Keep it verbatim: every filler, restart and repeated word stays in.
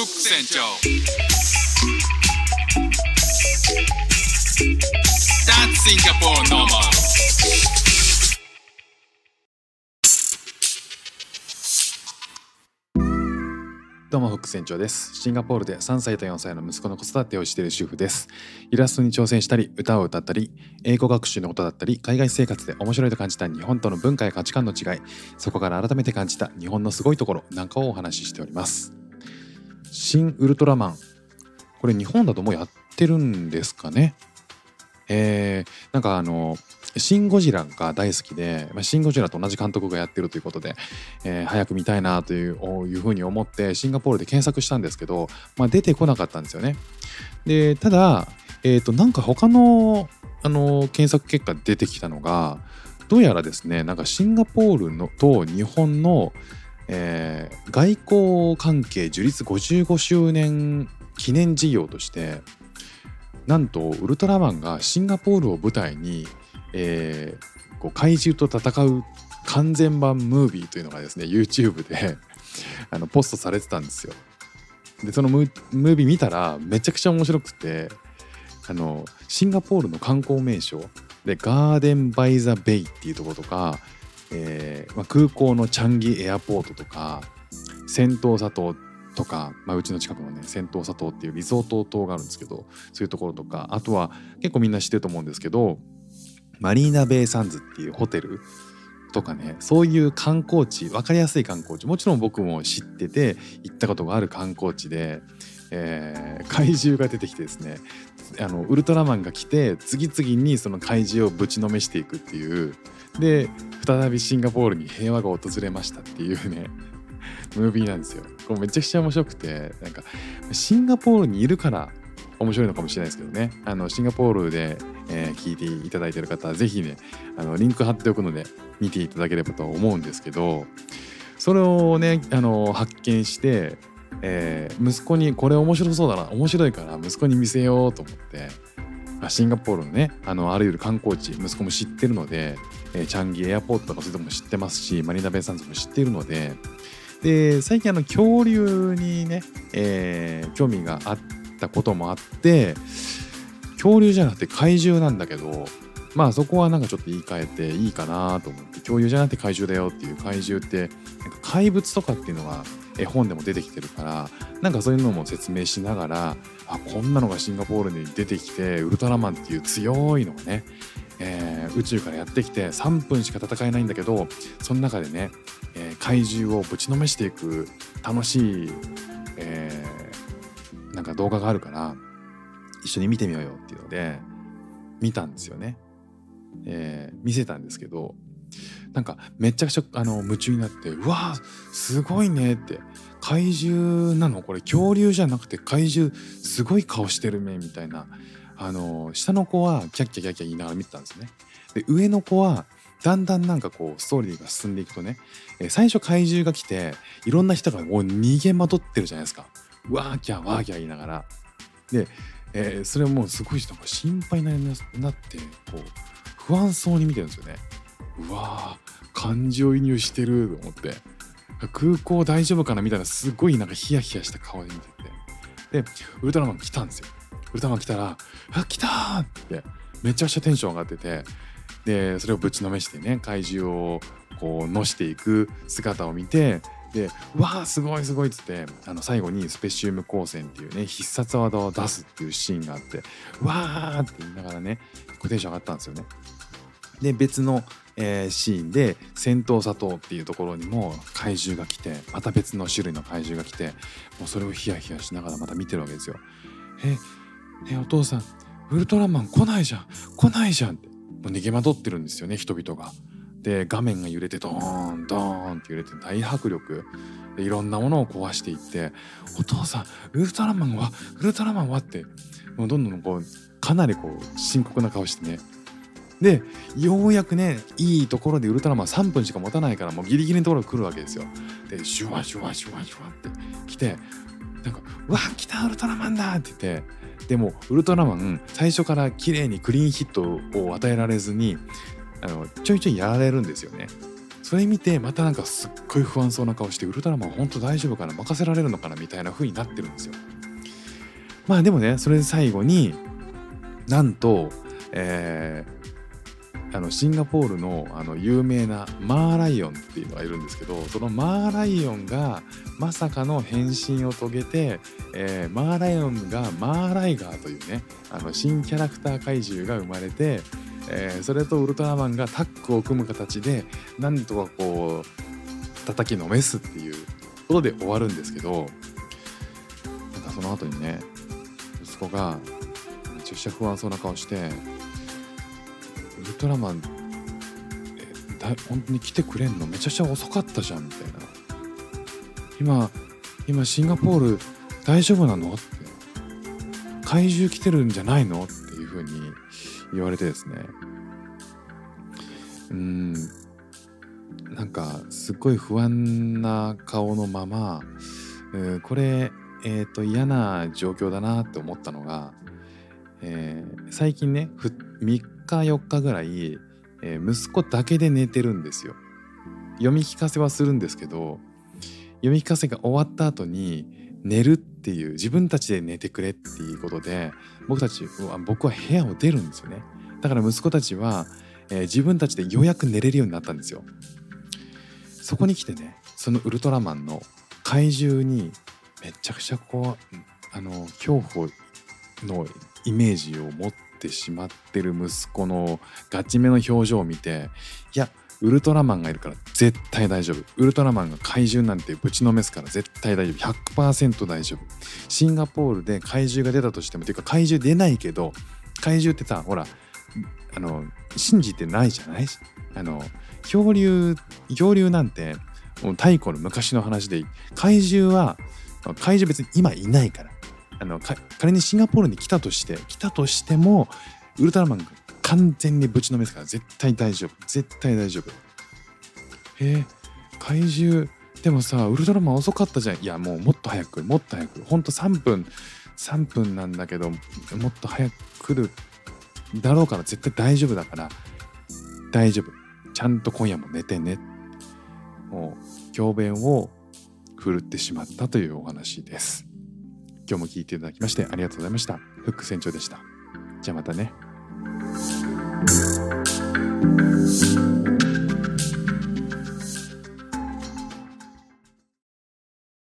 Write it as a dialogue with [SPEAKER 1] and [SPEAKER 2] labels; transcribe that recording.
[SPEAKER 1] ク船長 That's Singapore normal。
[SPEAKER 2] どうもフック船長です。シンガポールでさんさいとよんさいの息子の子育てをしている主婦です。イラストに挑戦したり、歌を歌ったり、英語学習のことだったり、海外生活で面白いと感じた日本との文化や価値観の違い、そこから改めて感じた日本のすごいところなんかをお話ししております。新ウルトラマン、これ日本だともうやってるんですかね。えー、なんかあのシン・ゴジラが大好きで、まあ、シン・ゴジラと同じ監督がやってるということで、えー、早く見たいなという、いうふうに思ってシンガポールで検索したんですけど、まあ、出てこなかったんですよね。でただ、えーと、なんか他の、あの検索結果出てきたのが、どうやらですね、なんかシンガポールのと日本の、えー、外交関係樹立ごじゅうごしゅうねん記念事業として、なんとウルトラマンがシンガポールを舞台に、えー、こう怪獣と戦う完全版ムービーというのがですね YouTube であのポストされてたんですよ。でそのムー、ムービー見たらめちゃくちゃ面白くて、あのシンガポールの観光名所でガーデンバイザベイっていうところとか、えーまあ、空港のチャンギエアポートとかセントーサ島とか、まあ、うちの近くのねセントーサ島っていうリゾート島があるんですけど、そういうところとか、あとは結構みんな知ってると思うんですけど、マリーナベイサンズっていうホテルとかね、そういう観光地、分かりやすい観光地、もちろん僕も知ってて行ったことがある観光地で、えー、怪獣が出てきてですね、あのウルトラマンが来て次々にその怪獣をぶちのめしていくっていう、で再びシンガポールに平和が訪れましたっていうねムービーなんですよ。これめちゃくちゃ面白くて、なんかシンガポールにいるから面白いのかもしれないですけどね、あのシンガポールで、えー、聞いていただいている方はぜひね、あのリンク貼っておくので見ていただければと思うんですけど、それをねあの発見して、えー、息子にこれ面白そうだな、面白いから息子に見せようと思って、シンガポールのね あのあらゆる観光地息子も知ってるので、えー、チャンギエアポートとかそういうとこも知ってますし、マリーナベイサンズも知っているので、で最近あの恐竜にね、えー、興味があったこともあって、恐竜じゃなくて怪獣なんだけど、まあそこはなんかちょっと言い換えていいかなと思って、恐竜じゃなくて怪獣だよっていう、怪獣ってなんか怪物とかっていうのが絵本でも出てきてるから、なんかそういうのも説明しながら、あこんなのがシンガポールに出てきて、ウルトラマンっていう強いのがね、えー、宇宙からやってきてさんぷんしか戦えないんだけど、その中でね、えー、怪獣をぶちのめしていく楽しい、えー、なんか動画があるから一緒に見てみようよっていうので見たんですよね。えー、見せたんですけど、なんかめちゃくちゃあの夢中になって、うわーすごいねって、怪獣なのこれ、恐竜じゃなくて怪獣すごい顔してるねみたいな、あの下の子はキャッキャキャッキャ言いながら見てたんですね。で上の子はだんだんなんかこうストーリーが進んでいくとね、えー、最初怪獣が来ていろんな人がもう逃げまとってるじゃないですか。わーキャーわーキャー言いながら、で、えー、それもうすごいなんか心配になってこう不安そうに見てるんですよね。うわー感情移入してると思って、空港大丈夫かなみたいな、すごいなんかヒヤヒヤした顔で見てて、でウルトラマン来たんですよ。ウルトラマン来たら、あ来たーってめちゃくちゃテンション上がってて、でそれをぶちのめしてね、怪獣をこうのしていく姿を見て、でうわーすごいすごいっつって、あの最後にスペシウム光線っていうね必殺技を出すっていうシーンがあって、うわーって言いながらねテンション上がったんですよね。で別の、えー、シーンでセントーサ島っていうところにも怪獣が来て、また別の種類の怪獣が来て、もうそれをヒヤヒヤしながらまた見てるわけですよ。ええお父さんウルトラマン来ないじゃん来ないじゃんって、もう逃げ惑ってるんですよね人々が。で画面が揺れてドーンドーンって揺れて大迫力でいろんなものを壊していって、お父さんウルトラマンはウルトラマンはってもうどんどんこうかなりこう深刻な顔してね、でようやくねいいところでウルトラマンさんぷんしか持たないから、もうギリギリのところに来るわけですよ。でシュワシュワシュワシュワって来て、なんかうわ来たウルトラマンだって言って、でもウルトラマン最初から綺麗にクリーンヒットを与えられずに、あのちょいちょいやられるんですよね。そそれ見てまたなんかすっごい不安そうな顔して、ウルトラマン本当大丈夫かな、任せられるのかなみたいな風になってるんですよ。まあでもね、それで最後になんと、えー、あのシンガポール の, あの有名なマーライオンっていうのがいるんですけど、そのマーライオンがまさかの変身を遂げて、えー、マーライオンがマーライガーというね、あの新キャラクター怪獣が生まれて、えー、それとウルトラマンがタッグを組む形でなんとかこう叩きのめすっていうことで終わるんですけど、なんかその後にね、息子がめちゃくちゃ不安そうな顔して、ウルトラマンえだ本当に来てくれんのめちゃくちゃ遅かったじゃんみたいな、今今シンガポール大丈夫なのって、怪獣来てるんじゃないのっていう風に言われてですね、うーんなんかすっごい不安な顔のまま、うこれえー、と嫌な状況だなって思ったのが、えー、最近ねみっかよっかぐらい、えー、息子だけで寝てるんですよ。読み聞かせはするんですけど、読み聞かせが終わった後に寝るっていう、自分たちで寝てくれっていうことで僕たち僕は部屋を出るんですよね。だから息子たちは、えー、自分たちでようやく寝れるようになったんですよ。そこに来てね、そのウルトラマンの怪獣にめちゃくちゃこうあの恐怖のイメージを持ってしまってる息子のガチめの表情を見て、いやウルトラマンがいるから絶対大丈夫、ウルトラマンが怪獣なんてぶちのめすから絶対大丈夫、 ひゃくパーセント 大丈夫、シンガポールで怪獣が出たとしても、ていうか怪獣出ないけど、怪獣ってさほらあの信じてないじゃない、あの恐竜恐竜なんてもう太古の昔の話で、怪獣は怪獣別に今いないから、あの仮にシンガポールに来たとして来たとしてもウルトラマンが完全にぶちのめすから絶対大丈夫、絶対大丈夫。えー、怪獣でもさウルトラマン遅かったじゃん。いやもうもっと早くもっと早く、ほんとさんぷんさんぷんなんだけどもっと早く来るだろうから絶対大丈夫だから大丈夫、ちゃんと今夜も寝てね、もう教鞭を振るってしまったというお話です。今日も聞いていただきましてありがとうございました。フック船長でした。じゃあまたね。